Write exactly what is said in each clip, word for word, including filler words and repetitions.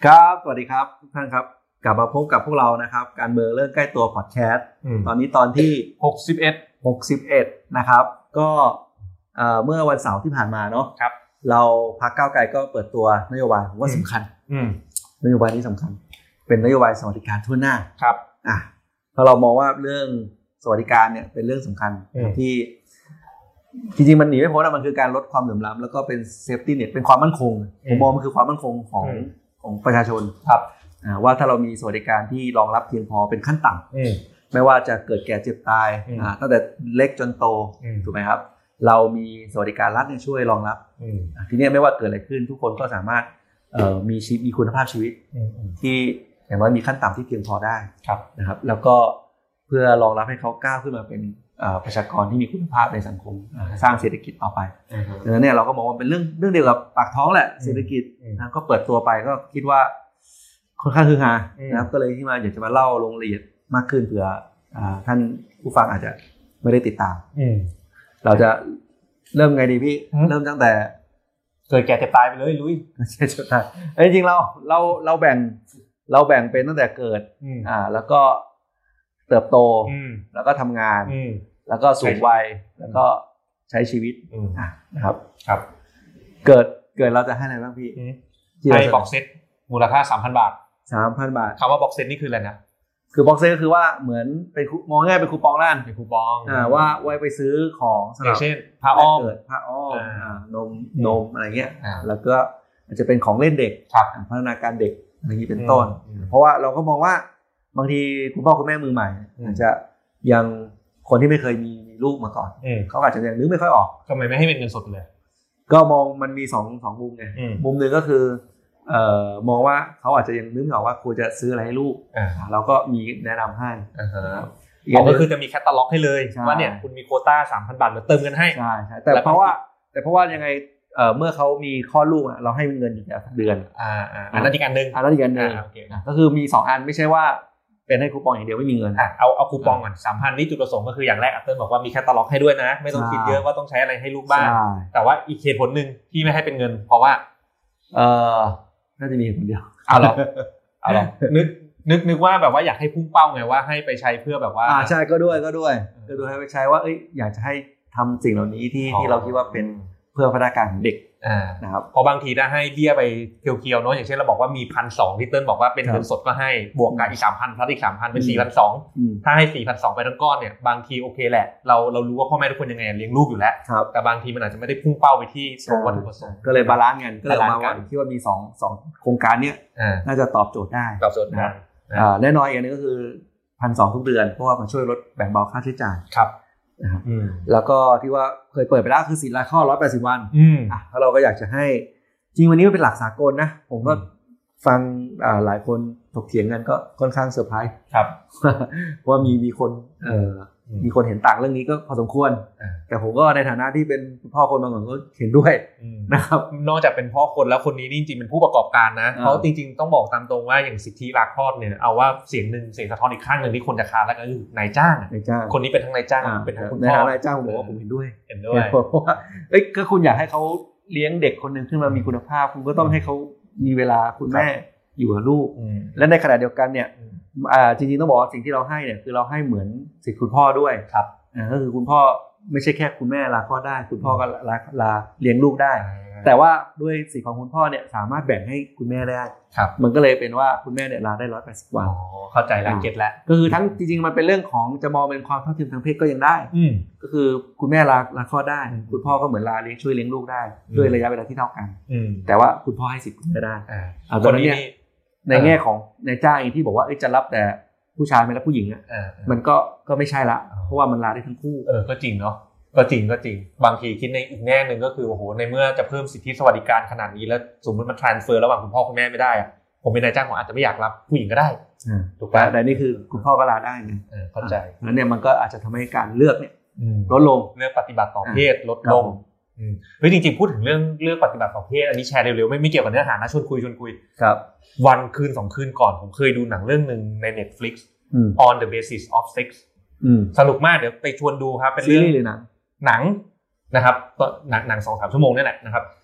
ครับสวัสดีครับทุกท่านครับกลับมาพบกับพวกเรานะครับการเมืองเรื่องใกล้ตัวพอดแคสต์ตอนนี้ตอนที่หกสิบเอ็ดหกสิบเอ็ดนะครับก็เมื่อวันเสาร์ที่ผ่านมาเนาะครับเราพรรคก้าวไกลก็เปิดตัวนโยบายว่าสำคัญนโยบายนี้สำคัญเป็นนโยบายสวัสดิการทั่วหน้าครับอ่ะถ้าเรามองว่าเรื่องสวัสดิการเนี่ยเป็นเรื่องสำคัญที่จริงๆมันหนีไม่พ้นมันคือการลดความเหลื่อมล้ำแล้วก็เป็นเซฟตี้เน็ตเป็นความมั่นคงผมมองมันคือความมั่นคงของของประชาชนครับว่าถ้าเรามีสวัสดิการที่รองรับเพียงพอเป็นขั้นต่ำไม่ว่าจะเกิดแก่เจ็บตายตั้งแต่เล็กจนโตถูกไหมครับเรามีสวัสดิการรัฐช่วยรองรับทีนี้ไม่ว่าเกิดอะไรขึ้นทุกคนก็สามารถมีชีวิตมีคุณภาพชีวิตที่อย่างน้อยมีขั้นต่ำที่เพียงพอได้นะครับแล้วก็เพื่อรองรับให้เขาก้าวขึ้นมาเป็นประชากรที่มีคุณภาพในสังคมสร้างเศรษฐกิจต่อไปดังนั้นเนี่ยเราก็มองว่าเป็นเรื่องเรื่องเดียวกับปากท้องแหละเศรษฐกิจนะก็เปิดตัวไปก็คิดว่าค่อนข้างคือฮานะครับก็เลยที่มาอยากจะมาเล่าลงรายละเอียดมากขึ้นเผื่อท่านผู้ฟังอาจจะไม่ได้ติดตามเราจะเริ่มไงดีพี่เริ่มตั้งแต่เกิดแก่เจ็บตายไปเลยลุยเจ็บตายจริงๆเราเราเราแบ่งเราแบ่งเป็นตั้งแต่เกิดอ่าแล้วก็เติบโตแล้วก็ทำงานแล้วก็สูงวัยแล้วก็ใช้ชีวิตนะครับครับเกิดเกิดเราจะให้อะไรบ้างพี่ให้บ็อกเซตมูลค่า สามพัน บาทสามพัน บาทคำว่าบ็อกเซตนี่คืออะไรนะคือบ็อกเซตก็คือว่าเหมือนเป็นมองง่ายเป็นคูปองนั่นเป็นคูปองอ่าว่าไว้ไปซื้อของสำหรับเช่นผ้าอ้อมเกิดผ้าอ้อมอ่านมนมอะไรเงี้ยแล้วก็อาจจะเป็นของเล่นเด็กพัฒนาการเด็กอะไรอย่างนี้เป็นต้นเพราะว่าเราก็มองว่าบางทีคุณพ่อคุณแม่มือใหม่อาจจะยังคนที่ไม่เคยมีลูกมาก่อนเขาอาจจะยังนึกไม่ค่อยออกทำไมไม่ให้เป็นเงินสดเลยก็มองมันมีสองสองมุมไงมุมนึงก็คือเอ่อมองว่าเขาอาจจะยังนึกไม่ออกว่าควรจะซื้ออะไรให้ลูกเราก็มีแนะนำให้อ๋อก็คือจะมีแคตตาล็อกให้เลยว่าเนี่ยคุณมีโควต้า สามพัน บาทมาเติมเงินให้ใช่ใช่แต่เพราะว่าแต่เพราะว่ายังไงเอ่อเมื่อเขามีข้อลูกเราให้เงินอยู่แต่เดือนอ่าๆอันนั้นอีกอันนึงอันนั้นอีกอันนึงก็คือมีสองอันไม่ใช่ว่าเป็นให้คูปองอย่างเดียวไม่มีเงินอ่ะเอาเอาคูปองก่อน สามพัน นี่จุดประสงค์ก็คืออย่างแรกอัตเติ้ลบอกว่ามีแคตตาล็อกให้ด้วยนะไม่ต้องคิดเยอะว่าต้องใช้อะไรให้ลูกบ้างแต่ว่าอีกเหตุผลนึงที่ไม่ให้เป็นเงินเพราะว่าเอ่อน่าจะมีคนเดียวเอาหรอเอาหรอนึกนึกนึกว่าแบบว่าอยากให้พุ่งเป้าไงว่าให้ไปใช้เพื่อแบบว่าอ่าใช่ก็ด้วยก็ด้วยก็ด้วยให้ไปใช้ว่าเอ้ยอยากจะให้ทำสิ่งเหล่านี้ที่ที่เราคิดว่าเป็นเพื่อพัฒนาการของเด็กนะครับเพราะบางทีถ้าให้เบี้ยไปเคียวๆเนาะอย่างเช่นเราบอกว่ามี หนึ่งพันสองร้อย ที่เติ้ลบอกว่าเป็นเงินสดก็ให้บวกกับอีก สามพัน plus อีก สามพัน เป็น สี่พันสองร้อย ถ้าให้ สี่พันสองร้อย ไปทั้งก้อนเนี่ยบางทีโอเคแหละเราเรารู้ว่าพ่อแม่ทุกคนยังไงเลี้ยงลูกอยู่แล้วแต่บางทีมันอาจจะไม่ได้พุ่งเป้าไปที่ตรงวัตถุประสงค์ก็เลยบาลานซ์กันก็เลยมาว่าคิดว่ามีสอง สองโครงการเนี้ยน่าจะตอบโจทย์ได้ตอบโจทย์ได้อ่าแน่นอนอีกอันนึงก็คือ หนึ่งพันสองร้อย ทุกเดือนเพราะว่ามันช่วยลดแบ่งเบาค่าใช้จ่ายครับนะครับแล้วก็ที่ว่าเคยเปิดไปแล้วคือสิทธิ์รายข้อหนึ่งร้อยแปดสิบวันอ่ะถ้าเราก็อยากจะให้จริงวันนี้มันเป็นหลักสากลนะผมก็ฟังอ่าหลายคนถกเถียงกันก็ค่อนข้างเซอร์ไพรส์ครับว่ามีมีคนเอ่อมีคนเห็นต่างเรื่องนี้ก็พอสมควรแต่ผมก็ในฐานะที่เป็นพ่อคนบางคนก็เห็นด้วยนะครับนอกจากเป็นพ่อคนแล้วคนนี้จริงๆเป็นผู้ประกอบการนะเพราะจริงๆต้องบอกตามตรงว่าอย่างสิทธิราคลอดเนี่ยเอาว่าเสียงนึงเสียงสะท้อนอีกข้างนึงที่คนจะค้านแล้วก็คือนายจ้างนายจ้างคนนี้เป็นทั้งนายจ้างเป็นทั้งคุณพ่อในฐานะนายจ้างผมบอกว่าผมเห็นด้วยเห็นด้วยเพราะว่าเอ้ยก็คุณอยากให้เขาเลี้ยงเด็กคนนึงขึ้นมามีคุณภาพคุณก็ต้องให้เขามีเวลาคุณแม่อยู่กับลูกและในขณะเดียวกันเนี่ยอ่าจริงๆต้องบอกว่าสิ่งที่เราให้เนี่ยคือเราให้เหมือนสิทธิคุณพ่อด้วยครับอ่าก็คือคุณพ่อไม่ใช่แค่คุณแม่ลาคลอดได้คุณพ่อก็ลาลาเลี้ยงลูกได้แต่ว่าด้วยสิทธิของคุณพ่อเนี่ยสามารถแบ่งให้คุณแม่ได้ครับมันก็เลยเป็นว่าคุณแม่เนี่ยลาได้หนึ่งร้อยแปดสิบวันอ๋อเข้าใจแล้วเก็ทแล้วก็คือทั้งจริงๆมันเป็นเรื่องของจะมองเป็นความเท่าเทียมทางเพศก็ยังได้ก็คือคุณแม่ลาลาคลอดได้คุณพ่อก็เหมือนลาเลี้ยงช่วยเลี้ยงลูกได้ด้วยระยะเวลาที่เท่ากันแต่ว่าคุณพ่อให้สิทธิ์คุณแม่ได้เอาตอนนี้ในแง่ของนายจ้างเองที่บอกว่าจะรับแต่ผู้ชายไม่รับผู้หญิงอ่ะมันก็ก็ไม่ใช่ละเพราะว่ามันลาได้ทั้งคู่เออก็จริงเนาะก็จริงก็จริงบางทีคิดในอีกแง่นึงก็คือโอ้โหในเมื่อจะเพิ่มสิทธิสวัสดิการขนาดนี้แล้วสมมติมัน transfer ระหว่างคุณพ่อคุณแม่ไม่ได้อ่ะผมเป็นนายจ้างผมอาจจะไม่อยากรับผู้หญิงก็ได้ถูกป่ะแต่นี่คือคุณพ่อก็ลาได้ไงเออเข้าใจแล้วเนี่ยมันก็อาจจะทำให้การเลือกเนี่ยลดลงเลือกปฏิบัติต่อเพศลดลงเฮ้ยจริงๆพูดถึงเรื่องเลือกปฏิบัติต่อเพศอันนี้แชร์เร็วๆไม่ไม่เกี่ยวกับเนื้อหานะชวนคุยชวนคุยครับวันคืนสองคืนก่อนผมเคยดูหนังเรื่องนึงใน Netflix on the basis of sex สนุกมากเดี๋ยวไปชวนดูครับเป็นเรื่องหรือหนังหนังนะครับก็หนังหนัง สองถึงสาม ชั่วโมงนี่แหละนะครับ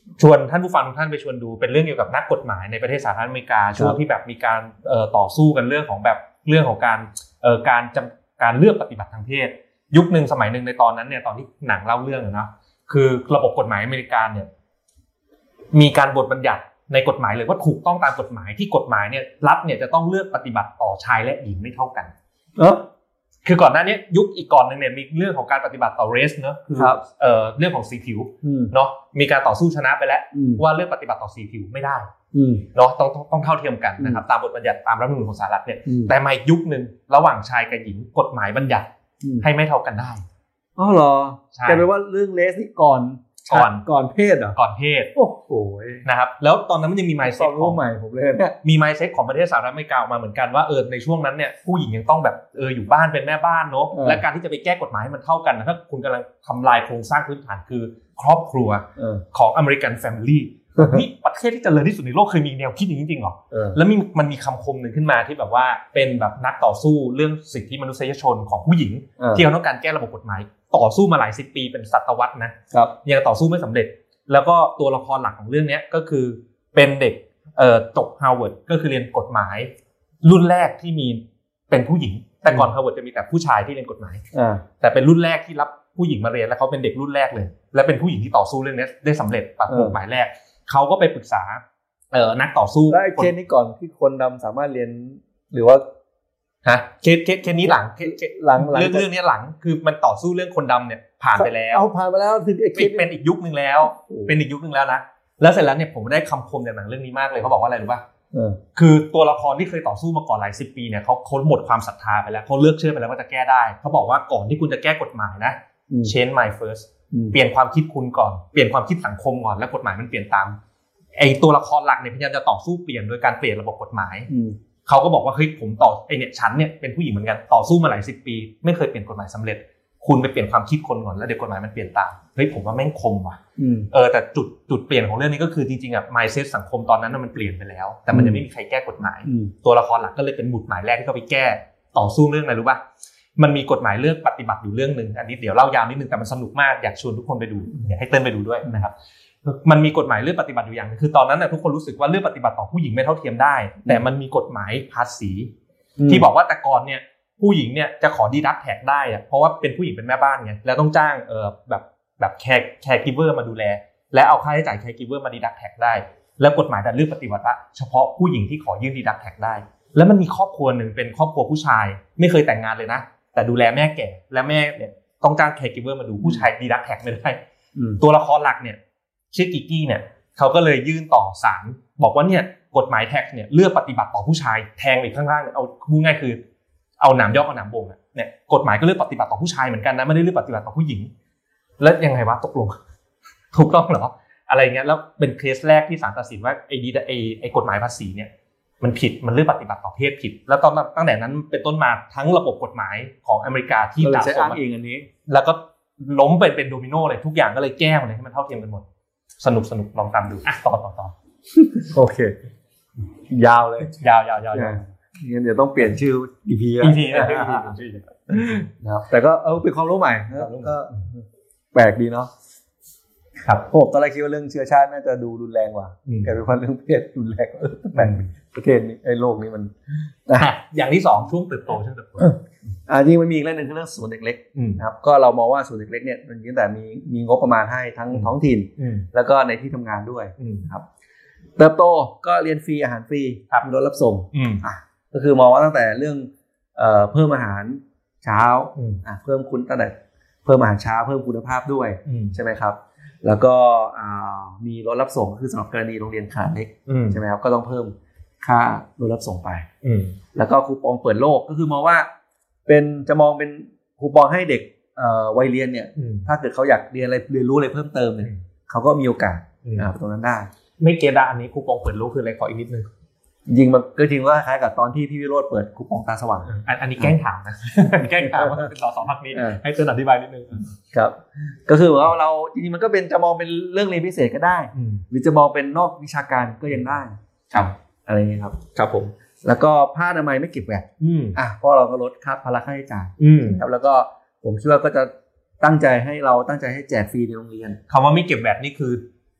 ชวนท่านผู้ฟังทุกท่านไปชวนดูเป็นเรื่องเกี่ยวกับนักกฎหมายในประเทศสหรัฐอเมริกาช่วงที่แบบมีการเอ่อต่อสู้กันเรื่องของแบบเรื่องของการเอ่อการจำการเลือกปฏิบัติทางเพศยุคนึงสมัยนึงในตอนนั้นเนี่ยตอนที่หนังเล่าเรื่องเนาะคือระบบกฎหมายอเมริกันเนี่ยมีการบทบัญญัติในกฎหมายเลยว่าถูกต้องตามกฎหมายที่กฎหมายเนี่ยรัฐเนี่ยจะต้องเลือกปฏิบัติต่อชายและหญิงไม่เท่ากันเออคือก่อนหน้านี้ยุคอีกก่อนนึงเนี่ยมีเรื่องของการปฏิบัติต่อเรสเนอะคือเอ่อเรื่องของสีผิวเนาะมีการต่อสู้ชนะไปแล้วว่าเรื่องปฏิบัติต่อสีผิวไม่ได้เนาะต้องต้องเท่าเทียมกันนะครับตามบทบัญญัติตามรัฐธรรมนูญของสหรัฐเนี่ยแต่มาอีกยุคนึงระหว่างชายกับหญิงกฎหมายบัญญัติให้ไม่เท่ากันได้อ๋อเหรอแต่แปลว่าเรื่องเรสนี่ก่อนก่อนก่อนเพศเหรอก่อนเพศโอ้โหนะครับแล้วตอนนั้นมันยังมีไมซ์เซ็ตของใหม่ผมเลยเนี่ยมีไมซ์เซ็ตของประเทศสหรัฐอเมริกาออกมาเหมือนกันว่าเออในช่วงนั้นเนี่ยผู้หญิงยังต้องแบบเอออยู่บ้านเป็นแม่บ้านเนาะและการที่จะไปแก้กฎหมายให้มันเท่ากันนะถ้าคุณกำลังทำลายโครงสร้างพื้นฐานคือครอบครัวของอเมริกันแฟมิลี่นี่ประเทศที่เจริญที่สุดในโลกเคยมีแนวคิดอย่างนี้จริงเหรอแล้วมีมันมีคำคมหนึ่งขึ้นมาที่แบบว่าเป็นแบบนักต่อสู้เรื่องสิทธิมนุษยชนของผู้หญิงที่เขาต้องการแก้ระบบกฎหมายต่อสู้มาหลายสิบปีเป็นศตวรรษนะครับยังต่อสู้ไม่สำเร็จแล้วก็ตัวละครหลักของเรื่องนี้ก็คือเป็นเด็กเอ่อจบฮาร์วาร์ดก็คือเรียนกฎหมายรุ่นแรกที่มีเป็นผู้หญิงแต่ก่อนฮาร์วาร์ดจะมีแต่ผู้ชายที่เรียนกฎหมายแต่เป็นรุ่นแรกที่รับผู้หญิงมาเรียนแล้วเขาเป็นเด็กรุ่นแรกเลยและเป็นผู้หญิงที่ต่อสู้เรื่องนี้ได้สำเร็จปรับกฎหมายแรกเขาก็ไปปรึกษาเอ่อนักต่อสู้แล้วไอ้เคสนี้ก่อนที่คนดำสามารถเรียนหรือว่าฮะเคสเคสเคสนี้หลังหลังเรื่องเรื่องนี้หลังคือมันต่อสู้เรื่องคนดำเนี่ยผ่านไปแล้วเอาผ่านไปแล้วถึงไอ้เคสเป็นอีกยุคนึงแล้วเป็นอีกยุคนึงแล้วนะแล้วเสร็จแล้วเนี่ยผมได้คำคมจากหนังเรื่องนี้มากเลยเขาบอกว่าอะไรรู้ป่ะคือตัวละครที่เคยต่อสู้มาก่อนหลายสิบปีเนี่ยเขาเขาหมดความศรัทธาไปแล้วเขาเลิกเชื่อไปแล้วว่าจะแก้ได้เขาบอกว่าก่อนที่คุณจะแก้กฎหมายนะ change my first เปลี่ยนความคิดคุณก่อนเปลี่ยนความคิดสังคมก่อนแล้วกฎหมายมันเปลี่ยนตามไอ้ตัวละครหลักเนี่ยพยายามจะต่อสู้เปลี่ยนโดยการเปลี่ยนระบบกฎหมายเขาก็บอกว่าเฮ้ยผมต่อไอ้เนี่ยฉันเนี่ยเป็นผู้หญิงเหมือนกันต่อสู้มาหลายสิบปีไม่เคยเปลี่ยนกฎหมายสำเร็จคุณไปเปลี่ยนความคิดคนก่อนแล้วเดี๋ยวกฎหมายมันเปลี่ยนตามเฮ้ยผมว่าแม่งคมว่ะเออแต่จุดจุดเปลี่ยนของเรื่องนี้ก็คือจริงๆอ่ะ mindset สังคมตอนนั้นมันเปลี่ยนไปแล้วแต่มันยังไม่มีใครแก้กฎหมายตัวละครหลักก็เลยเป็นหมุดหมายแรกที่เขาไปแก้ต่อสู้เรื่องอะไรรู้ป่ะมันมีกฎหมายเรื่องปฏิบัติอยู่เรื่องนึงอันนี้เดี๋ยวเล่ายาวนิดนึงแต่มันสนุกมากอยากชวนทุกคนไปดูอยากให้เติ้ลไปดูด้วยนะครับมันมีกฎหมายเรื่องปฏิบัติอยู่อย่างนึงคือตอนนั้นน่ะทุกคนรู้สึกว่าเรื่องปฏิบัติต่อผู้หญิงไม่เท่าเทียมได้แต่มันมีกฎหมายภาษีที่บอกว่าแต่ก่อนเนี่ยผู้หญิงเนี่ยจะขอดีดักแท็กได้อะเพราะว่าเป็นผู้หญิงเป็นแม่บ้านไงแล้วต้องจ้างเออแบบแบบแคร์แคร์กิฟเวอร์มาดูแลและเอาค่าใช้จ่ายแคร์กิฟเวอร์มาดีดักแท็กได้แล้วกฎหมายแต่เรื่องปฏิบัติว่าเฉพาะผู้หญิงที่ขอยื่นดีดักแท็กได้แล้วมันมีครอบครัวนึงเป็นครอบครัวผู้ชายไม่เคยแต่งงานเลยนะแต่ดูแลแม่แก่และแม่เนี่ยต้องจ้างแคร์กิฟเวอร์มาดูผู้ชายดีดักแท็กไม่ได้ตัวละครหลักเนี่ยชื่อกิกกี้เนี่ยเขาก็เลยยื่นต่อศาลบอกว่าเนี่ยกฎหมายแท็กเนี่ยเลือกปฏิบัติต่อผู้ชายแทงอีกข้างๆเอาพูดง่ายคือเอาหนามยอกเอาหนามบ่งอ่ะเนี่ยกฎหมายก็เลือกปฏิบัติต่อผู้ชายเหมือนกันนะไม่ได้เลือกปฏิบัติต่อผู้หญิงแล้วยังไงวะตกลงถูกต้องเหรออะไรเงี้ยแล้วเป็นเคสแรกที่ศาลตัดสินว่าไอ้ดีไอ้ไอ้กฎหมายภาษีเนี่ยมันผิดมันเลือกปฏิบัติต่อเพศผิดแล้วตอนตั้งแต่นั้นเป็นต้นมาทั้งระบบกฎหมายของอเมริกาที่ด่าสมเองอันนี้แล้วก็ล้มเป็นเป็นโดมิโนเลยทุกอย่างก็เลยแก้มาเลยให้มันเท่าเทียมกันหมดสนุกสนุกลองตามดูอ่ะต่อต่อต่อโอเคยาวเลยยาวยาวยาวงั้นเดี๋ยวต้องเปลี่ยนชื่อ อี พี แล้วอี พีนะครับแต่ก็เออเป็นความรู้ใหม่ก็แปลกดีเนาะครับผมตอนแรกคิดว่าเรื่องเชื้อชาติน่าจะดูรุนแรงกว่าแต่เป็นความเรื่องเพศรุนแรงแปลกประเทศนี้ไอ้โลกนี้มันอย่างที่สองช่วงเติบโตช่วงเติบโตอ่าจริงมันมีอีกเรื่องนึงคือเรื่องศูนย์เด็กเล็กนะครับก็เรามองว่าศูนย์เด็กเล็กเนี่ยมันตั้งแต่มีมีงบประมาณให้ทั้งท้องถิ่นแล้วก็ในที่ทำงานด้วยครับเติบโตก็เรียนฟรีอาหารฟรีมีรถรับส่งอ่ะก็คือมองว่าตั้งแต่เรื่องเอ่อเพิ่มอาหารเช้าอ่ะเพิ่มคุณตั้งแต่เพิ่มอาหารเช้าเพิ่มคุณภาพด้วยใช่ไหมครับแล้วก็อ่ามีรถรับส่งคือสำหรับกรณีโรงเรียนขนาดเล็กใช่ไหมครับก็ต้องเพิ่มค่ารถรับส่งไปแล้วก็คูปองเปิดโลกก็คือมองว่าเป็นจะมองเป็นคูปองให้เด็กเอ่อวัยเรียนเนี่ยถ้าเกิดเขาอยากเรียนอะไรเรียนรู้อะไรเพิ่มเติมเนี่ยเขาก็มีโอกาสอ่าตรงนั้นได้ไม่เกดาอันนี้คูปองเปิดโลกคืออะไรขออีกนิดนึงจริงมันก็จริงว่าคล้ายกับตอนที่พี่วิโรจน์เปิดคูปองตาสว่างอันนี้แกล้งถามนะแกล้งถามว่าเป็นสสพรรคนี้ให้เตือนอธิบายนิดนึงครับก็คือว่าเราจริงๆมันก็เป็นจะมองเป็นเรื่องเรียนพิเศษก็ได้หรือจะมองเป็นนอกวิชาการก็ยังได้ครับอะไรอย่างเงี้ยครับครับผมแล้วก็ผ้าอนามัยไม่เก็บแวตอ่ะเพราะเราก็ลดค่าภาระค่าใช้จ่ายครับแล้วก็ผมคิดว่าก็จะตั้งใจให้เราตั้งใจให้แจกฟรีในโรงเรียนคำว่าไม่เก็บแวตนี่คือ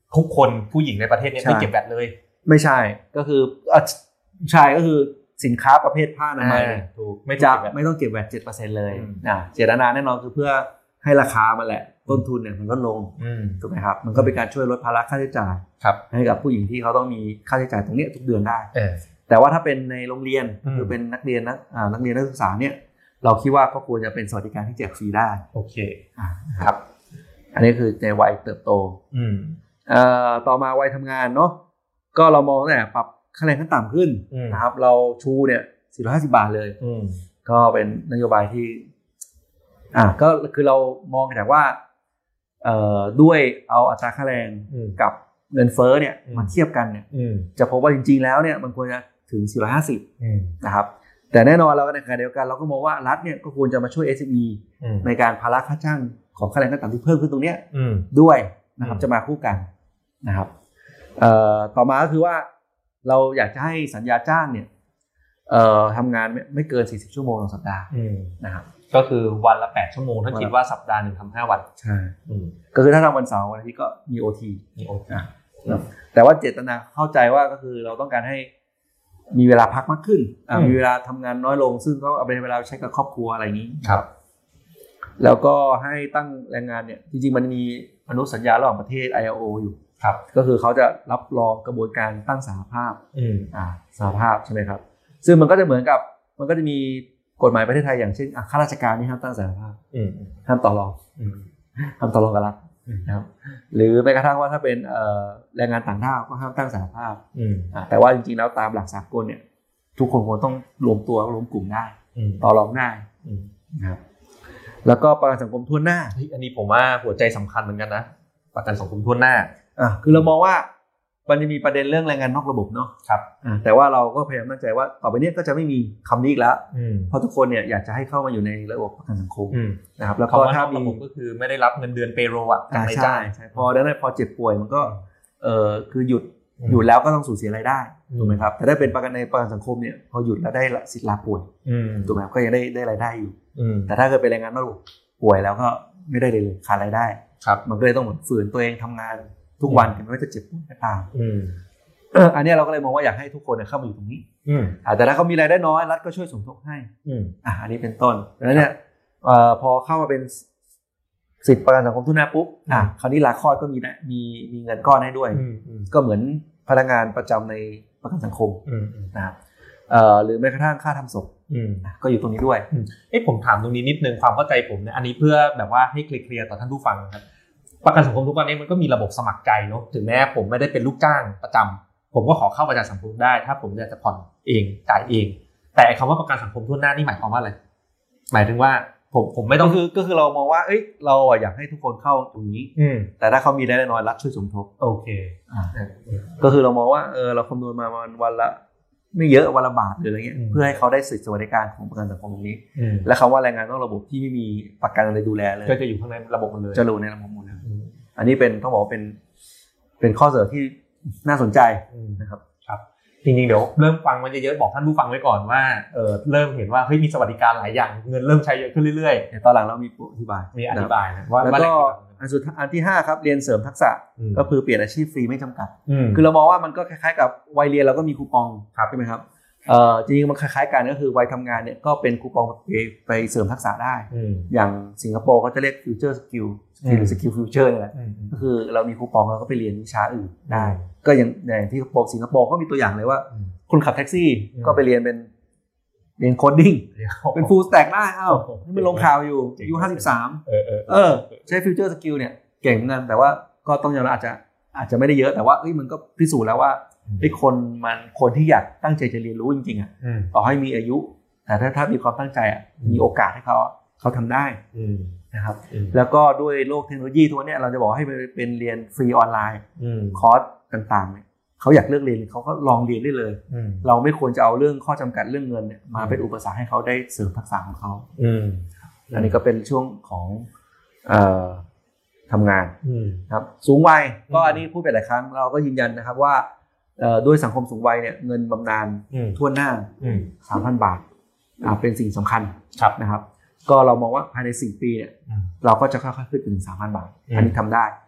ทุกคนผู้หญิงในประเทศนี้ไม่เก็บแวตเลยไม่ใช่ก็คือใช่ก็คือสินค้าประเภทผ้าอนามัยถูกไม่จะไม่ต้องเก็บแวต เจ็ดเปอร์เซ็นต์ เลยนะเจตนาแน่นอนคือเพื่อให้ราคามันแหละต้นทุนเนี่ยมันลดลงถูกไหมครับมันก็เป็นการช่วยลดภาระค่าใช้จ่ายให้กับผู้หญิงที่เขาต้องมีค่าใช้จ่ายตรงนี้ทุกเดือนได้แต่ว่าถ้าเป็นในโรงเรียนคือเป็นนักเรียนนักนักเรียนนักศึกษาเนี่ยเราคิดว่าก็ควรจะเป็นสวัสดิการที่แจกฟรีได้โอเคครับอันนี้คือในวัยเติบโตต่อมาวัยทำงานเนาะก็เรามองเนี่ยปรับค่าแรงขั้นต่ำขึ้นนะครับเราชูเนี่ยสี่ร้อยห้าสิบบาทเลยก็เป็นนโยบายที่อ่าก็คือเรามองจากว่าเอ่อด้วยเอาอัตราค่าแรงกับเงินเฟ้อเนี่ยมาเทียบกันเนี่ยจะพบว่าจริงๆแล้วเนี่ยมันควรจะถึงสี่ร้อยห้าสิบนะครับแต่แน่นอนเราในขณะเดียวกันเราก็มองว่ารัฐเนี่ยก็ควรจะมาช่วย เอส เอ็ม อี ในการภาระค่าจ้างของค่าแรงขั้นต่ำที่เพิ่มขึ้นตรงเนี้ยด้วยนะครับจะมาคู่กันนะครับเอ่อต่อมาก็คือว่าเราอยากจะให้สัญญาจ้างเนี่ยเอ่อทำงานไม่เกินสี่สิบชั่วโมงต่อสัปดาห์นะครับก็คือวันละแปดชั่วโมงถ้าคิดว่าสัปดาห์นึงทำห้าวันใช่ก็คือถ้าทำวันเสาร์วันอาทิตย์ก็มี โอ ที มี โอ ที แต่ว่าเจตนาเข้าใจว่าก็คือเราต้องการให้มีเวลาพักมากขึ้นมีเวลาทำงานน้อยลงซึ่งก็เอาเป็นเวลาใช้กับครอบครัวอะไรอย่างนี้ครับแล้วก็ให้ตั้งแรงงานเนี่ยจริงๆมันมีอนุสัญญาระหว่างประเทศ ไอ แอล โอ อยู่ครับก็คือเขาจะรับรองกระบวนการตั้งสหภาพอ่าสหภาพใช่ไหมครับซึ่งมันก็จะเหมือนกับมันก็จะมีกฎหมายประเทศไทยอย่างเช่นข้าราชการนี่ห้ามตั้งสหภาพห้ามต่อรองห้ามต่อรองกับรัฐนะครับหรือแม้กระทั่งว่าถ้าเป็นแรงงานต่างด้าวก็ห้ามตั้งสหภาพแต่ว่าจริงๆแล้วตามหลักสากลเนี่ยทุกคนควรต้องรวมตัวรวมกลุ่มได้ต่อรองได้นะครับแล้วก็ประกันสังคมทั่วหน้าอันนี้ผมว่าหัวใจสำคัญเหมือนกันนะประกันสังคมทั่วหน้าอ่ะคือเรามองว่ามันจะมีประเด็นเรื่องแรงงานนอกระบบเนาะครับอ่าแต่ว่าเราก็พยายามตั้งใจว่าต่อไปนี้ก็จะไม่มีคำนี้อีกแล้วเพราะทุกคนเนี่ยอยากจะให้เข้ามาอยู่ในระบบประกันสังคมนะครับแล้วก็ถ้ามีก็คือไม่ได้รับเงินเดือนเปโรอ่ะใช่ใช่พอได้พอเจ็บป่วยมันก็เออคือหยุดหยุดแล้วก็ต้องสูญเสียรายได้ถูกไหมครับแต่ถ้าเป็นประกันในประกันสังคมเนี่ยพอหยุดแล้วได้สิทธิ์ลาป่วยถูกไหมก็ยังได้ได้รายได้อยู่แต่ถ้าเกิดเป็นแรงงานนอกระบบป่วยแล้วก็ไม่ได้เลยขาดรายได้มันก็เลยต้องเหมือนฝืนตัวเองทำงานทุกวันถึงแม้จะเจ็บป่วยก็ตามเอออันนี้เราก็เลยมองว่าอยากให้ทุกคนเข้ามาอยู่ตรงนี้แต่ถ้าเขามีรายได้น้อยรัฐก็ช่วยสมทบให้อ่าอันนี้เป็นต้นดังนั้นเนี่ยพอเข้ามาเป็นสิทธิประกันสังคมทั่วหน้าปุ๊บอ่ะคราวนี้ลาคลอดก็มีมีมีเงินก้อนให้ด้วยก็เหมือนพนักงานประจำในประกันสังคมนะครับหรือแม้กระทั่งค่าทำศพก็อยู่ตรงนี้ด้วยเอ้ผมถามตรงนี้นิดนึงความเข้าใจผมเนี่ยอันนี้เพื่อแบบว่าให้เคลียร์ต่อท่านผู้ฟังครับประกันสังคมทุกวันนี้มันก็มีระบบสมัครใจเนาะถึงแม้ผมไม่ได้เป็นลูกจ้างประจำผมก็ขอเข้าประกันสังคมได้ถ้าผมอยากจะผ่อนเองจ่ายเองแต่คำว่าประกันสังคมทั่วหน้านี่หมายความว่าอะไรหมายถึงว่าผมผมไม่ต้องคือก็คือเรามองว่าเอ้ยเราอยากให้ทุกคนเข้าตรงนี้แต่ถ้าเขามีรายได้น้อยรัฐช่วยสมทบโอเคอ่าก็คือเรามองว่าเออเราคำนวณมาวันละไม่เยอะวันละบาทหรืออะไรเงี้ยเพื่อให้เขาได้สิทธิสวัสดิการของประกันสังคมตรงนี้และคำว่าแรงงานนอกระบบที่ไม่มีประกันอะไรดูแลเลยก็จะอยู่ข้างในระบบหมดเลยจะรู้ในระบบหมดเลยอันนี้เป็นต้องบอกว่าเป็นเป็นข้อเสนอที่น่าสนใจนะครับครับจริงๆเดี๋ยวเริ่มฟังมันเยอะๆบอกท่านผู้ฟังไว้ก่อนว่าเออเริ่มเห็นว่าเฮ้ยมีสวัสดิการหลายอย่างเงินเริ่มใช้เยอะขึ้นเรื่อยๆตอนหลังเรามีอธิบายมีอธิบายนะว่าแล้วก็อันสุดอันที่ห้าครับเรียนเสริมทักษะก็คือเปลี่ยนอาชีพฟรีไม่จำกัดคือเรามองว่ามันก็คล้ายๆกับวัยเรียนเราก็มีคูปองใช่ไหมครับเอ่อจริงๆมันคล้ายๆกันก็คือวัยทำงานเนี่ยก็เป็นคูปองไปไปเสริมทักษะได้อย่างสิงคโปร์เขาจะเรียก future skill หรือ skill future นี่แหละก็คือเรามีคูปองเราก็ไปเรียนวิชาอื่นได้ก็อย่างอย่างที่สิงคโปร์ก็มีตัวอย่างเลยว่าคนขับแท็กซี่ก็ไปเรียนเป็นเรียนโคดดิ้งเป็น full stack ได้อ้าวนี่มันลงข่าวอยู่อายุห้าสิบสามเออเออใช้ future skill เนี่ยเก่งเหมือนกันแต่ว่าก็ต้องยอมรับอาจจะอาจจะไม่ได้เยอะแต่ว่าเอ้ยมันก็พิสูจน์แล้วว่าไอ้คนมันคนที่อยากตั้งใจจะเรียนรู้จริงๆอ่ะต่อให้มีอายุแต่ถ้าถ้ามีความตั้งใจอ่ะมีโอกาสให้เขาเขาทำได้นะครับแล้วก็ด้วยโลกเทคโนโลยีทุกวันนี้เราจะบอกให้เป็นเรียนฟรีออนไลน์คอร์สต่างๆเนี่ยเขาอยากเลือกเรียนเขาก็ลองเรียนได้เลยเราไม่ควรจะเอาเรื่องข้อจำกัดเรื่องเงินเนี่ยมาเป็นอุปสรรคให้เขาได้เสริมทักษะของเขาอันนี้ก็เป็นช่วงของทำงานครับสูงวัยก็อันนี้พูดไปหลายครั้งเราก็ยืนยันนะครับว่าด้วยสังคมสูงวัยเนี่ยเงินบำนาญทั่วหน้า สามพัน บาทเป็นสิ่งสำคัญนะครับก็เรามองว่าภายในสี่ปีเนี่ยเราก็จะค่อยๆขึ้นถึง สามพัน บาทอันนี้ทำได้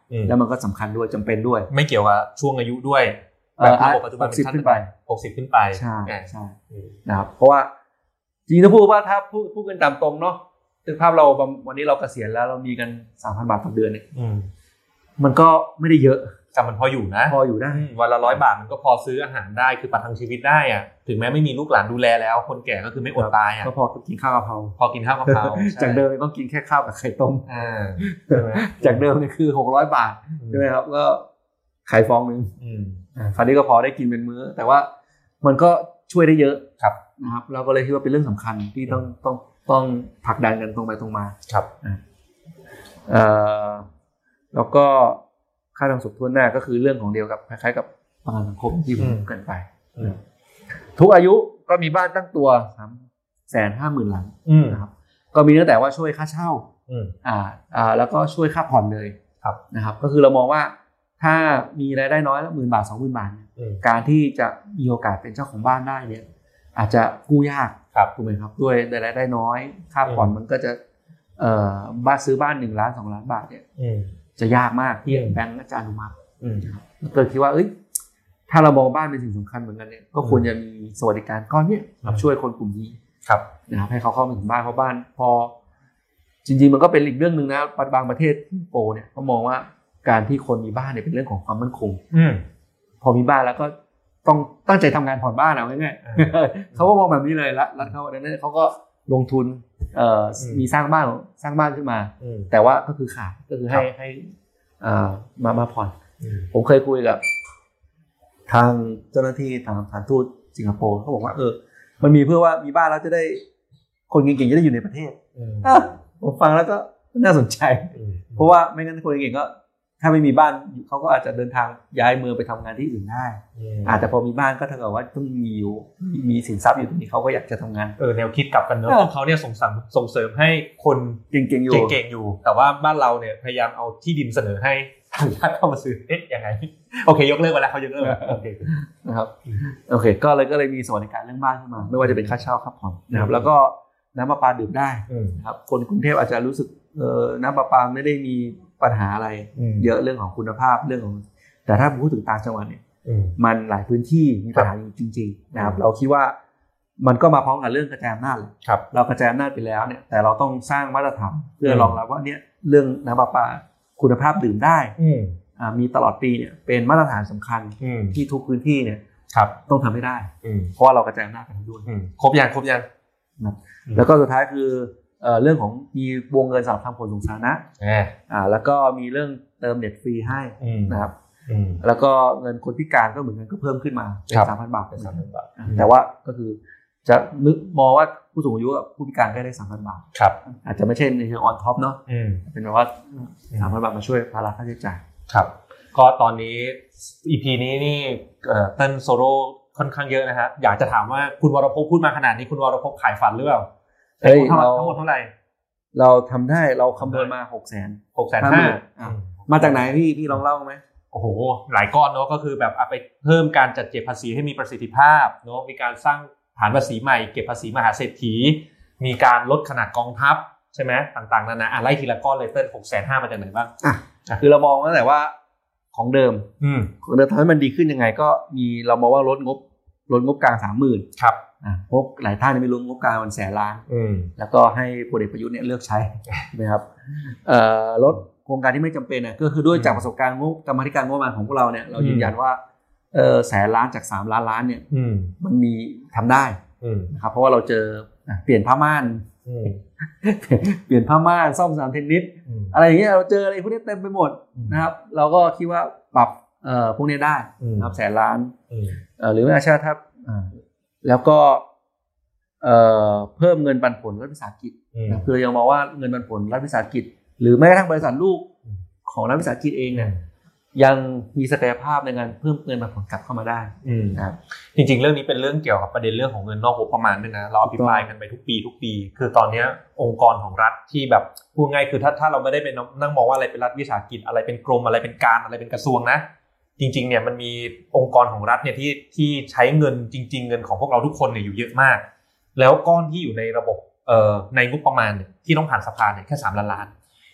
แล้วมันก็สำคัญด้วยจำเป็นด้วยไม่เกี่ยวกับช่วงอายุด้วยแบบระบบปัจจุบันเป็นขั้นขึ้นไปหกสิบขึ้นไปใช่ใช่นะครับเพราะว่าจริงๆถ้าพูดว่าถ้าพูดพูดกันตามตรงเนาะถึงภาพเราวันนี้เราเกษียณแล้วเรามีกัน สามพัน บาทต่อเดือนเนี่ยมันก็ไม่ได้เยอะแต่มันพออยู่นะพออยู่ได้วันละร้อยบาทมันก็พอซื้ออาหารได้คือประทังชีวิตได้อ่ะถึงแม้ไม่มีลูกหลานดูแลแล้วคนแก่ก็คือไม่อดตายอ่ะก็พอกินข้าวกะเพราพอกินข้าวกะเพราจากเดิมต้องกินแค่ข้าวกับไข่ต้มใช่ไหมจากเดิมนี่คือหกร้อยบาทใช่ไหมครับก็ไข่ฟองนึงคราวนี้ก็พอได้กินเป็นมื้อแต่ว่ามันก็ช่วยได้เยอะครับนะครับเราก็เลยคิดว่าเป็นเรื่องสำคัญที่ต้องต้องต้องผลักดันกันตรงไปตรงมาครับเอ่อแล้วก็ค่าทางสุขทั่วหน้าก็คือเรื่องของเดียวกับคล้ายๆกับประกันสังคมที่ผมเกินไปทุกอายุก็มีบ้านตั้งตัวสามแสนห้าหมื่นหลังนะครับก็มีตั้งแต่ว่าช่วยค่าเช่าอ่าอ่าแล้วก็ช่วยค่าผ่อนเลยครับนะครับก็คือเรามองว่าถ้ามีรายได้น้อยละหมื่นบาทสองหมื่นบาทการที่จะมีโอกาสเป็นเจ้าของบ้านได้เนี่ยอาจจะกู้ยากถูกไหมครับด้วยรายได้น้อยค่าผ่อนมันก็จะเอ่อบ้านซื้อบ้านหนึ่งล้านสองล้านบาทเนี่ยจะยากมากที่แบงก์จะอนุมัติครับก็คิดว่าเอ้ยถ้าเรามองบ้านเป็นสิ่งสำคัญเหมือนกันเนี่ยก็ควรจะมีสวัสดิการก้อนนี้มาช่วยคนกลุ่มนี้ครับนะครับให้เขาเข้ามาถึงบ้านเพราะบ้านพอจริงๆมันก็เป็นอีกเรื่องนึงนะบางประเทศโปรเนี่ยเขามองว่าการที่คนมีบ้านเนี่ยเป็นเรื่องของความมั่นคงพอมีบ้านแล้วก็ต้องตั้งใจทำงานผ่อนบ้านเอาง่ายๆเขาก็มองแบบนี้เลยละรัฐเขาดังนั้นเขาก็ลงทุนเอ่อมีสร้างบ้านสร้างบ้านขึ้นมาแต่ว่าก็คือขาดก็คือให้ให้อ่ามามาผ่อนผมเคยคุยกับทางเจ้าหน้าที่ทางสถานทูตสิงคโปร์เขาบอกว่าเออมันมีเพื่อว่ามีบ้านแล้วจะได้คนเก่งๆจะได้อยู่ในประเทศผมฟังแล้วก็น่าสนใจเพราะว่าไม่งั้นคนเก่งๆก็ถ้าไม่มีบ้านเขาก็อาจจะเดินทางย้ายเมืองไปทำงานที่อื่นได้อาจจะพอมีบ้านก็เท่ากับว่าต้องมีอยู่มีสินทรัพย์อยู่ตรงนี้เขาก็อยากจะทำงานเออแนวคิดกลับกันเนอะพวกเขาเนี่ยส่งเสริมส่งเสริมให้คนเก่งๆอยู่เก่งๆอยู่แต่ว่าบ้านเราเนี่ยพยายามเอาที่ดินเสนอให้ทางญาติเข้ามาซื้อเอ๊ะยังไงโอเคยกเลิกไปแล้วเขายกเลิกโอเคนะครับโอเคก็เลยก็เลยมีสวัสดิการเรื่องบ้านขึ้นมาไม่ว่าจะเป็นค่าเช่าค่าผ่อนนะครับแล้วก็น้ำประปาดื่มได้นะครับคนกรุงเทพอาจจะรู้สึกเออน้ำประปาไม่ได้มีปัญหาอะไรเยอะเรื่องของคุณภาพเรื่องของแต่ถ้าพูดถึงต่างจังหวัดเนี่ยมันหลายพื้นที่มีปัญหาอยู่จริงๆนะครับเราคิดว่ามันก็มาพร้อมกับเรื่องกระจายอำนาจเลยเรากระจายอำนาจไปแล้วเนี่ยแต่เราต้องสร้างมาตรฐานเพื่อรองรับว่าเนี่ยเรื่องน้ำประปาคุณภาพดื่มได้มีตลอดปีเนี่ยเป็นมาตรฐานสำคัญที่ทุกพื้นที่เนี่ยต้องทำให้ได้เพราะว่าเรากระจายอำนาจกันด้วยครบยังครบยังแล้วก็สุดท้ายคือเอ่อเรื่องของมีวงเงินสำหรับทำขนส่งสาธารณะอ่าแล้วก็มีเรื่องเติมเน็ตฟรีให้นะครับแล้วก็เงินคนพิการก็เหมือนกันก็เพิ่มขึ้นมาเป็น สามพัน บาทเป็น สามพัน บาทแต่ว่าก็คือจะนึกมองว่าผู้สูงอายุกับผู้พิการก็ได้ สามพัน บาทครับอาจจะไม่ใช่ในเชิงออนท็อปเนาะเป็นแบบว่า สามพัน บาทมาช่วยภาระค่าใช้จ่ายครับก็ตอนนี้ อี พี นี้นี่เอ่อเต้นโซโล่ค่อนข้างเยอะนะฮะอยากจะถามว่าคุณวรพงษ์พูดมาขนาดนี้คุณวรพงษ์ขายฝันหรือเปล่าเฮ้ยทั้งหมดเท่าไหร่เราทำได้เราคำนวณมา หกแสนหกแสนห้ามาจากไหนพี่พี่ลองเล่าไหมโอ้โหหลายก้อนเนาะก็คือแบบเอาไปเพิ่มการจัดเก็บภาษีให้มีประสิทธิภาพเนาะมีการสร้างฐานภาษีใหม่เก็บภาษีมหาเศรษฐีมีการลดขนาดกองทัพใช่ไหมต่างๆนานาอ่ะไล่ทีละก้อนเลยเติ้ล หกแสนห้า มาจากไหนบ้างอ่ะคือเรามองตั้งแต่ว่าของเดิมของเดิมทำให้มันดีขึ้นยังไงก็มีเรามองว่าลดงบลดงบกลาง สามหมื่นครับอ่าพวกหลายท่านไม่รู้งบกลางมันแสนล้านแล้วก็ให้พลเอกประยุทธ์เนี่ยเลือกใช้นะครับเอ่อลดโครงการที่ไม่จำเป็นน่ะก็คือด้วยจากประสบการณ์งบกรรมาธิการงบประมาณของพวกเราเนี่ยเรายืนยันว่าเออแสนล้านจากสามล้านล้านเนี่ยมันมีทำได้นะครับเพราะว่าเราเจอเปลี่ยนผ้าม่านเปลี่ยนผ้าม่านซ่อมสนามเทนนิสอะไรอย่างเงี้ยเราเจออะไรพวกนี้เต็มไปหมดนะครับเราก็คิดว่าปรับเอ่อพวกนี้ได้นะครับแสนล้านเอ่อหรือไม่ใช่ถ้าแล้วก็เอ่อเพิ่มเงินปันผลรัฐวิสาหกิจนะคือยังมองว่าเงินปันผลรัฐวิสาหกิจหรือแม้กระทั่งบริษัทลูกของรัฐวิสาหกิจเองเนี่ยยังมีศักยภาพในการเพิ่มเงินปันผลกลับเข้ามาได้นะครับจริงๆเรื่องนี้เป็นเรื่องเกี่ยวกับประเด็นเรื่องของเงินนอกงบประมาณด้วยนะเราอภิปรายกันไปทุกปีทุกปีคือตอนนี้องค์กรของรัฐที่แบบพูดง่ายคือถ้าถ้าเราไม่ได้เป็นนั่งมองว่าอะไรเป็นรัฐวิสาหกิจอะไรเป็นกรมอะไรเป็นการอะไรเป็นกระทรวงนะจริงๆเนี่ยมันมีองค์กรของรัฐเนี่ยที่ที่ใช้เงินจริงๆเงินของพวกเราทุกคนเนี่ยอยู่เยอะมากแล้วก้อนที่อยู่ในระบบเอ่อในงบประมาณเนี่ยที่ต้องผ่านสภาเนี่ยแค่สามล้านล้าน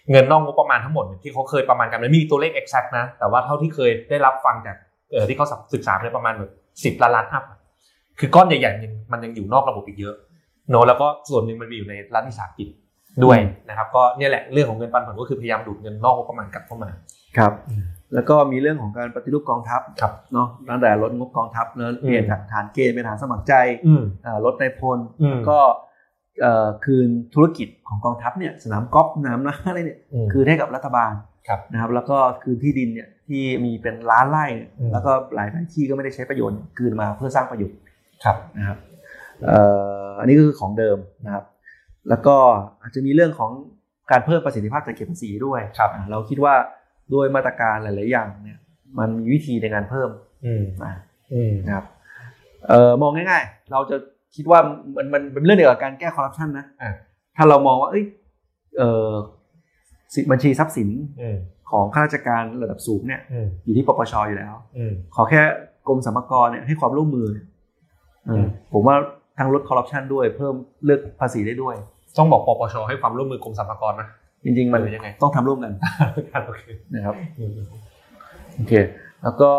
เงินนอกงบประมาณทั้งหมดที่เขาเคยประมาณกันไม่มีตัวเลข exact นะแต่ว่าเท่าที่เคยได้รับฟังจากเอ่อที่เขาศึกษาเนี่ยประมาณแบบสิบล้านล้านอัพคือก้อนใหญ่ๆมันยังอยู่นอกระบบอีกเยอะเนาะแล้วก็ส่วนนึงมันมีอยู่ในรัฐวิสาหกิจด้วยนะครับก็เนี่ยแหละเรื่องของเงินปันผลก็คือพยายามดูดเงินนอกงบประมาณกลับเข้ามาครับแล้วก็มีเรื่องของการปฏิรูปกองทัพเนาะตั้งแต่ลดงบกองทัพแล้วเปลี่ยนจากฐานเกณฑ์เป็นฐานสมัครใจลดนายพลก็คืนธุรกิจของกองทัพเนี่ยสนามกอล์ฟน้ำนะอะไรเนี่ยคืนให้กับรัฐบาลนะครับแล้วก็คืนที่ดินเนี่ยที่มีเป็นล้านไร่แล้วก็หลายที่ก็ไม่ได้ใช้ประโยชน์คืนมาเพื่อสร้างประโยชน์นะครับอันนี้ก็คือของเดิมนะครับแล้วก็อาจจะมีเรื่องของการเพิ่มประสิทธิภาพการเก็บภาษีด้วยเราคิดว่าด้วยมาตรการหลายๆอย่างเนี่ยมันมีวิธีในการเพิ่มนะครับเอ่อมองง่ายๆเราจะคิดว่ามันมันเป็นเรื่องเดียวกับการแก้คอร์รัปชันนะถ้าเรามองว่าเอ้ยเอ่อบัญชีทรัพย์สินของข้าราชการระดับสูงเนี่ยอยู่ที่ปปช.อยู่แล้วขอแค่กรมสรรพากรเนี่ยให้ความร่วมมือผมว่าทั้งลดคอร์รัปชันด้วยเพิ่มเลือกภาษีได้ด้วยต้องบอกปปช.ให้ความร่วมมือกรมสรรพากรไหมจริงๆมันยังไงต้องทำร่วมกันนะครับโอเคแล้วก็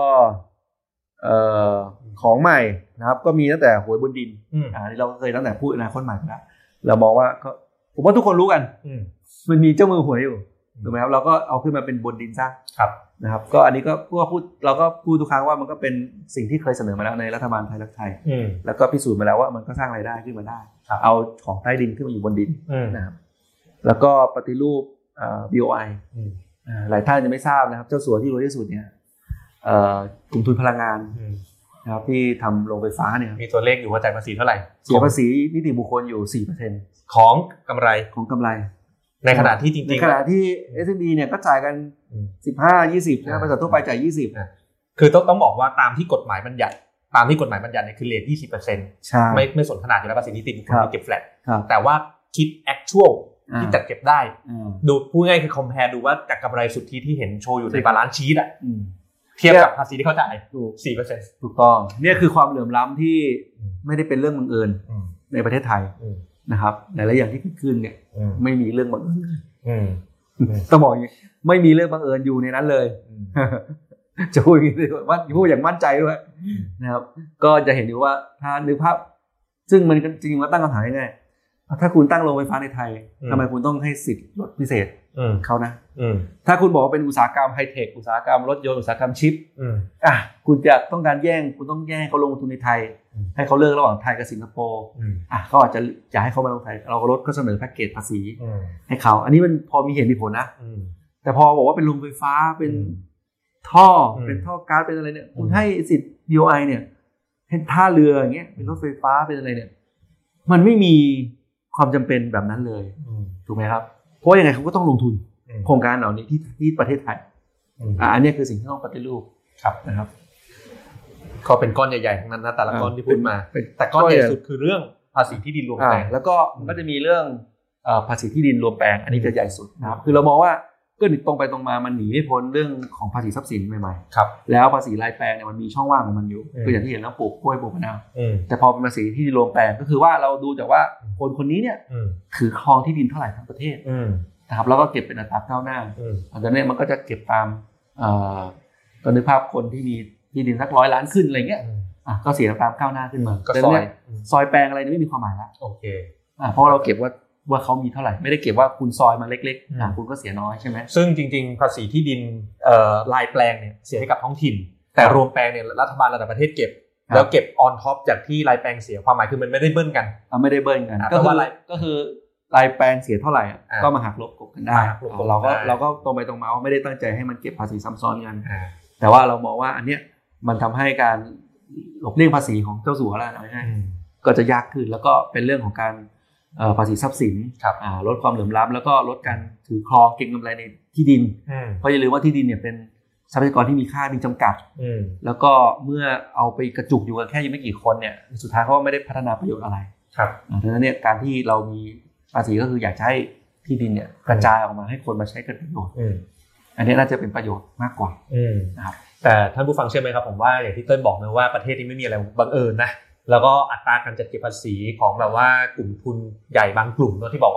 ของใหม่นะครับก็มีตั้งแต่หวยบนดินอ่าที่เราเคยตั้งแต่พูดอนาคตใหม่แล้วเรามองว่าก็ผมว่าทุกคนรู้กันมันมีเจ้ามือหวยอยู่ถูกไหมครับเราก็เอาขึ้นมาเป็นบนดินซะนะครับก็อันนี้ก็พูดพูดเราก็พูดทุกครั้งว่ามันก็เป็นสิ่งที่เคยเสนอมาแล้วในรัฐบาลไทยรักไทยแล้วก็พิสูจน์มาแล้วว่ามันก็สร้างรายได้ขึ้นมาได้เอาของใต้ดินขึ้นมาอยู่บนดินนะครับแล้วก็ปฏิรูป บี โอ ไอ หลายท่านยังไม่ทราบนะครับเจ้าสัวที่รวยที่สุดเนี่ยกลุ่มทุนพลังงานนะครับที่ทำโรงไฟฟ้าเนี่ยมีตัวเลขอยู่ว่าจ่ายภาษีเท่าไหร่เสียภาษีนิติบุคคลอยู่ สี่เปอร์เซ็นต์ของกำไรของกำไรในขณะที่จริงๆในขณะที่ เอส เอ็ม บี เนี่ยก็จ่ายกันสิบห้า ยี่สิบนะบริษัททั่วไปจ่ายยี่สิบคือต้องต้องบอกว่าตามที่กฎหมายบัญญัติตามที่กฎหมายบัญญัติเนี่ยคือเรท ยี่สิบเปอร์เซ็นต์ใช่ไม่ไม่สนขนาดอยู่แล้วภาษีนิติบุคคลที่เก็บแฟลตแต่ว่าคิด actual ที่จัดเก็บได้ดูพูดง่ายคือ compare ดูว่าจากกำไรสุทธิที่เห็นโชว์อยู่ในบาลานซ์ชีทอ่ะเทียบกับภาษีที่เขาจ่าย สี่เปอร์เซ็นต์ถูกต้องเนี่ยคือความเหลื่อมล้ำที่ไม่ได้เป็นเรื่องบังเอิญในประเทศไทยนะครับหลายๆอย่างที่เกิดขึ้นเนี่ยไม่มีเรื่องบังเอิญต้องบอกอย่างนี้ไม่มีเรื่องบังเอิญอยู่ในนั้นเลยจะพูดอย่างนี้ว่าพูดอย่างมั่นใจด้วยนะครับก็จะเห็นอยู่ว่าถ้านึกภาพซึ่งมันจริงๆว่าตั้งคำถามง่ายๆถ้าคุณตั้งโรงไฟฟ้าในไทยทำไมคุณต้องให้สิทธิ์ลดพิเศษเขานะถ้าคุณบอกว่าเป็นอุตสาหกรรมไฮเทคอุตสาหกรรมรถยนต์อุตสาหกรรมชิปอ่ะคุณจะต้องการแย่งคุณต้องแย่งเขาลงทุนในไทยให้เขาเลือกระหว่างไทยกับสิงคโปร์อ่ะเขาอาจจะอยากให้เขามาลงไทยเราก็ลดก็เสนอแพ็กเกจภาษีให้เขาอันนี้มันพอมีเหตุมีผลนะแต่พอบอกว่าเป็นโรงไฟฟ้าเป็นท่อเป็นท่อก๊าซเป็นอะไรเนี่ยคุณให้สิทธิ์ บี โอ ไอ เนี่ยให้ท่าเรืออย่างเงี้ยเป็นรถไฟฟ้าเป็นอะไรเนี่ยมันไม่มีความจำเป็นแบบนั้นเลยถูกไหมครับเพราะยังไงเขาก็ต้องลงทุนโครงการเหล่านี้ที่ที่ประเทศไทยอ่าอันนี้คือสิ่งที่ต้องปฏิรูปนะครับก็เป็นก้อนใหญ่ๆทั้งนั้นนะแต่ละก้อนที่พูดมาแต่ก้อนใหญ่สุดคือเรื่องภาษีที่ดินรวมแปลงแล้วก็มันก็จะมีเรื่องภาษีที่ดินรวมแปลงอันนี้จะใหญ่สุดนะครับคือเรามองว่าก็ตรงไปตรงมามันหนีไม่พ้นเรื่องของภาษีทรัพย์สินใหม่ๆแล้วภาษีรายแปลงเนี่ยมันมีช่องว่างของมันอยู่คืออย่างที่เห็นแล้วปลูกกล้วยปลูกมะนาวแต่พอเป็นภาษีที่ดินรวมแปลงก็คือว่าเราดูจากว่าคนคนนี้เนี่ยถือครองที่ดินเท่าไหร่ทั้งประเทศนะครับแล้วก็เก็บเป็นอัตราก้าวหน้าอันนั้นเนี่ยมันก็จะเก็บตามก็นึกภาพคนที่มีที่ดินสักร้อยล้านขึ้นอะไรเงี้ยก็เสียตามก้าวหน้าขึ้นมาก็ซอยซอยแปลงอะไรนี่ไม่มีความหมายละโอเคเพราะเราเก็บว่าว่าเขามีเท่าไหร่ไม่ได้เก็บว่าคุณซอยมาเล็กๆอ่ะคุณก็เสียน้อยใช่ไหมซึ่งจริงๆภาษีที่ดินรายแปลงเนี่ยเสียให้กับท้องถิ่นแต่รวมแปลงเนี่ยรัฐบาลระดับประเทศเก็บแล้วเก็บออนท็อปจากที่รายแปลงเสียความหมายคือมันไม่ได้เบิ้ลกันไม่ได้เบิ้ลกันก็คือก็คือรายแปลงเสียเท่าไหร่ก็มาหักลบกบกันได้เราก็เราก็ตรงไปตรงมาว่าไม่ได้ตั้งใจให้มันเก็บภาษีซ้ำซ้อนกันแต่ว่าเรามองว่าอันเนี้ยมันทำให้การหลบเลี่ยงภาษีของเจ้าสัวแล้วง่ายๆก็จะยากขึ้นแล้วก็เป็นเรื่องของการภาษีทรัพย์สินลดความเหลื่อมล้ำแล้วก็ลดการถือครองเก็งกำไรในที่ดินเพราะอย่าลืมว่าที่ดินเนี่ยเป็นทรัพยากรที่มีค่ามีจำกัดแล้วก็เมื่อเอาไปกระจุกอยู่กันแค่ยังไม่กี่คนเนี่ยสุดท้ายเขาไม่ได้พัฒนาประโยชน์อะไรดังนั้นเนี่ยการที่เรามีภาษีก็คืออยากให้ที่ดินเนี่ยกระจายออกมาให้คนมาใช้กันประโยชน์อันนี้น่าจะเป็นประโยชน์มากกว่านะครับแต่ท่านผู้ฟังเชื่อไหมครับผมว่าอย่างที่เติ้ลบอกนะว่าประเทศนี้ไม่มีอะไรบังเอิญนะแล้วก็อัตราการจัดเก็บภาษีของแบบว่ากลุ่มทุนใหญ่บางกลุ่มที่บอกว่า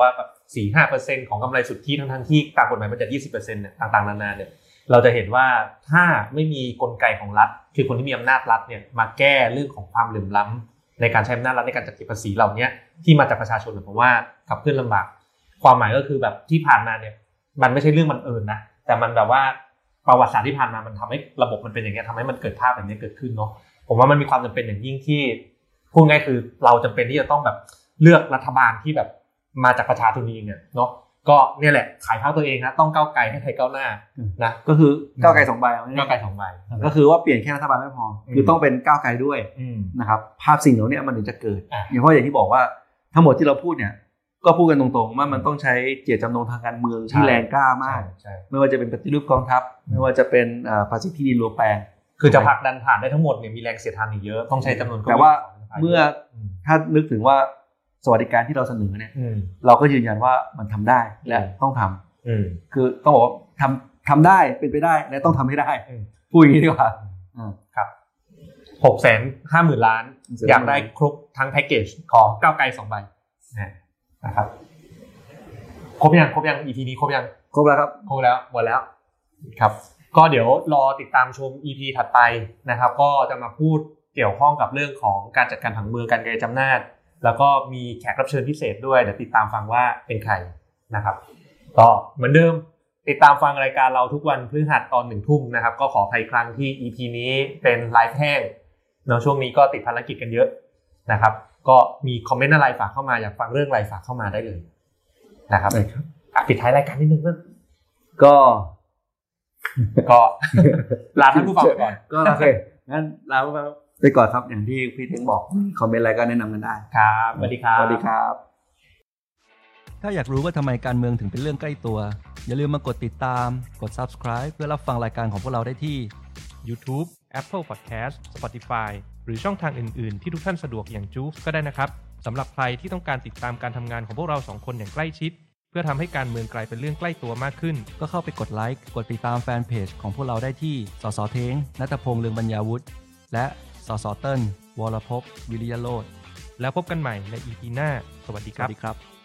สี่ถึงห้าเปอร์เซ็นต์ ของกำไรสุทธิทั้งๆที่ตามกฎหมายมันจะ ยี่สิบเปอร์เซ็นต์ เนี่ยต่างๆนานาเนี่ยเราจะเห็นว่าถ้าไม่มีกลไกของรัฐคือคนที่มีอำนาจรัฐเนี่ยมาแก้เรื่องของความเหลื่อมล้ำในการใช้อำนาจรัฐในการจัดเก็บภาษีเหล่านี้ที่มาจากประชาชนผมว่าขับเคลื่อนลำบากความหมายก็คือแบบที่ผ่านมาเนี่ยมันไม่ใช่เรื่องบังเอิญนะแต่มันแบบว่าประวัติศาสตร์ที่ผ่านมามันทำให้ระบบมันเป็นอย่างนี้ทำให้มันเกิดภาพแบบนี้เกิดขึ้นเนาะผมว่ามันมีความจำเป็นอย่างยิ่งที่พูดง่ายคือเราจำเป็นที่จะต้องแบบเลือกรัฐบาลที่แบบมาจากประชาชนเองเนี่ยเนาะก็เนี่ยแหละขายภาคตัวเองนะต้องก้าวไกลให้ไทยก้าวหน้านะก็คือก้าวไกลสองใบก้าวไกลสองใบก็คือว่าเปลี่ยนแค่รัฐบาลไม่พอคือต้องเป็นก้าวไกลด้วยนะครับภาพสิ่งเหล่านี้มันถึงจะเกิดอย่างเพราะอย่างที่บอกว่าทั้งหมดที่เราพูดเนี่ยก็พูดกันตรงๆว่ามันต้องใช้เจตจำนงทางการเมืองที่แรงกล้ามากไม่ว่าจะเป็นปฏิรูปกองทัพไม่ว่าจะเป็นภาษีที่ดินรวมแปลงคือจะผลักดันผ่านได้ทั้งหมดเนี่ยมีแรงเสียดทานอีกเยอะต้องใช้จำนวนแต่ว่าเมื่อถ้านึกถึงว่าสวัสดิการที่เราเสนอเนี่ยเราก็ยืนยันว่ามันทำได้และต้องทำคือต้องบอกว่าทำทำได้เป็นไปได้และต้องทำให้ได้พูดอย่างนี้ดีกว่าครับหกแสนห้าหมื่นล้านอยากได้ครบทั้งแพ็กเกจของก้าวไกลสองใบนะครับครบยังครบยัง อี พี นี้ครบยังครบแล้วครับครบแล้วหมดแล้วครับก็เดี๋ยวรอติดตามชม อี พี ถัดไปนะครับก็จะมาพูดเกี่ยวข้องกับเรื่องของการจัดการผังเมืองการกระจายอำนาจแล้วก็มีแขกรับเชิญพิเศษด้วยเดี๋ยวติดตามฟังว่าเป็นใครนะครับก็เหมือนเดิมติดตามฟังรายการเราทุกวันพฤหัสตอนหนึ่งทุ่มนะครับก็ขออภัยครั้งที่ อี พี นี้เป็นไลฟ์แห้งเนาะช่วงนี้ก็ติดภารกิจกันเยอะนะครับก็มีคอมเมนต์อะไรฝากเข้ามาอยากฟังเรื่องอะไรฝากเข้ามาได้เลยนะครับปิดท้ายรายการนิดนึงก็ก็ลาท่านผู้ฟังไปก่อนก็โอเคงั้นลาไปก่อนครับอย่างที่พี่เท้งบอกคอมเมนต์อะไรก็แนะนำกันได้ครับสวัสดีครับสวัสดีครับถ้าอยากรู้ว่าทำไมการเมืองถึงเป็นเรื่องใกล้ตัวอย่าลืมมากดติดตามกด Subscribe เพื่อรับฟังรายการของพวกเราได้ที่ YouTube Apple Podcast Spotify หรือช่องทางอื่นๆที่ทุกท่านสะดวกอย่างจู๊กก็ได้นะครับสำหรับใครที่ต้องการติดตามการทำงานของพวกเราสองคนอย่างใกล้ชิดเพื่อทำให้การเมืองกลายเป็นเรื่องใกล้ตัวมากขึ้นก็เข้าไปกดไลค์กดติดตามแฟนเพจของพวกเราได้ที่สสเท้งณัฐพงษ์เลืองบรรยาวุฒิและสสเติ้ลวรภพวิริยโรจน์แล้วพบกันใหม่ใน อี พี หน้าสวัสดีครับสวัสดีครับ